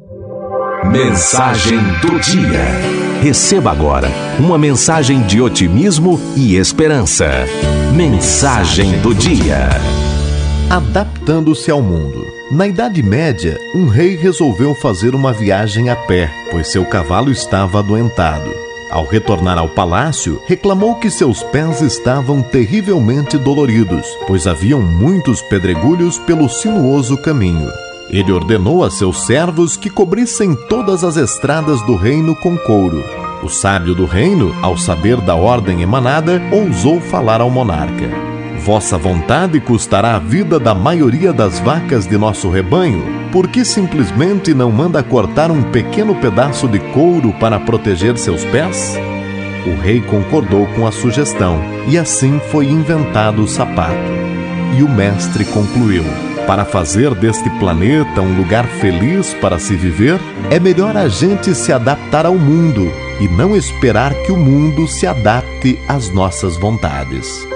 Mensagem do dia. Receba agora uma mensagem de otimismo e esperança. Mensagem do dia. Adaptando-se ao mundo. Na Idade Média, um rei resolveu fazer uma viagem a pé, pois seu cavalo estava adoentado. Ao retornar ao palácio, reclamou que seus pés estavam terrivelmente doloridos, pois haviam muitos pedregulhos pelo sinuoso caminho. Ele ordenou a seus servos que cobrissem todas as estradas do reino com couro. O sábio do reino, ao saber da ordem emanada, ousou falar ao monarca: "Vossa vontade custará a vida da maioria das vacas de nosso rebanho, por que simplesmente não manda cortar um pequeno pedaço de couro para proteger seus pés?" O rei concordou com a sugestão, e assim foi inventado o sapato. E o mestre concluiu: para fazer deste planeta um lugar feliz para se viver, é melhor a gente se adaptar ao mundo e não esperar que o mundo se adapte às nossas vontades.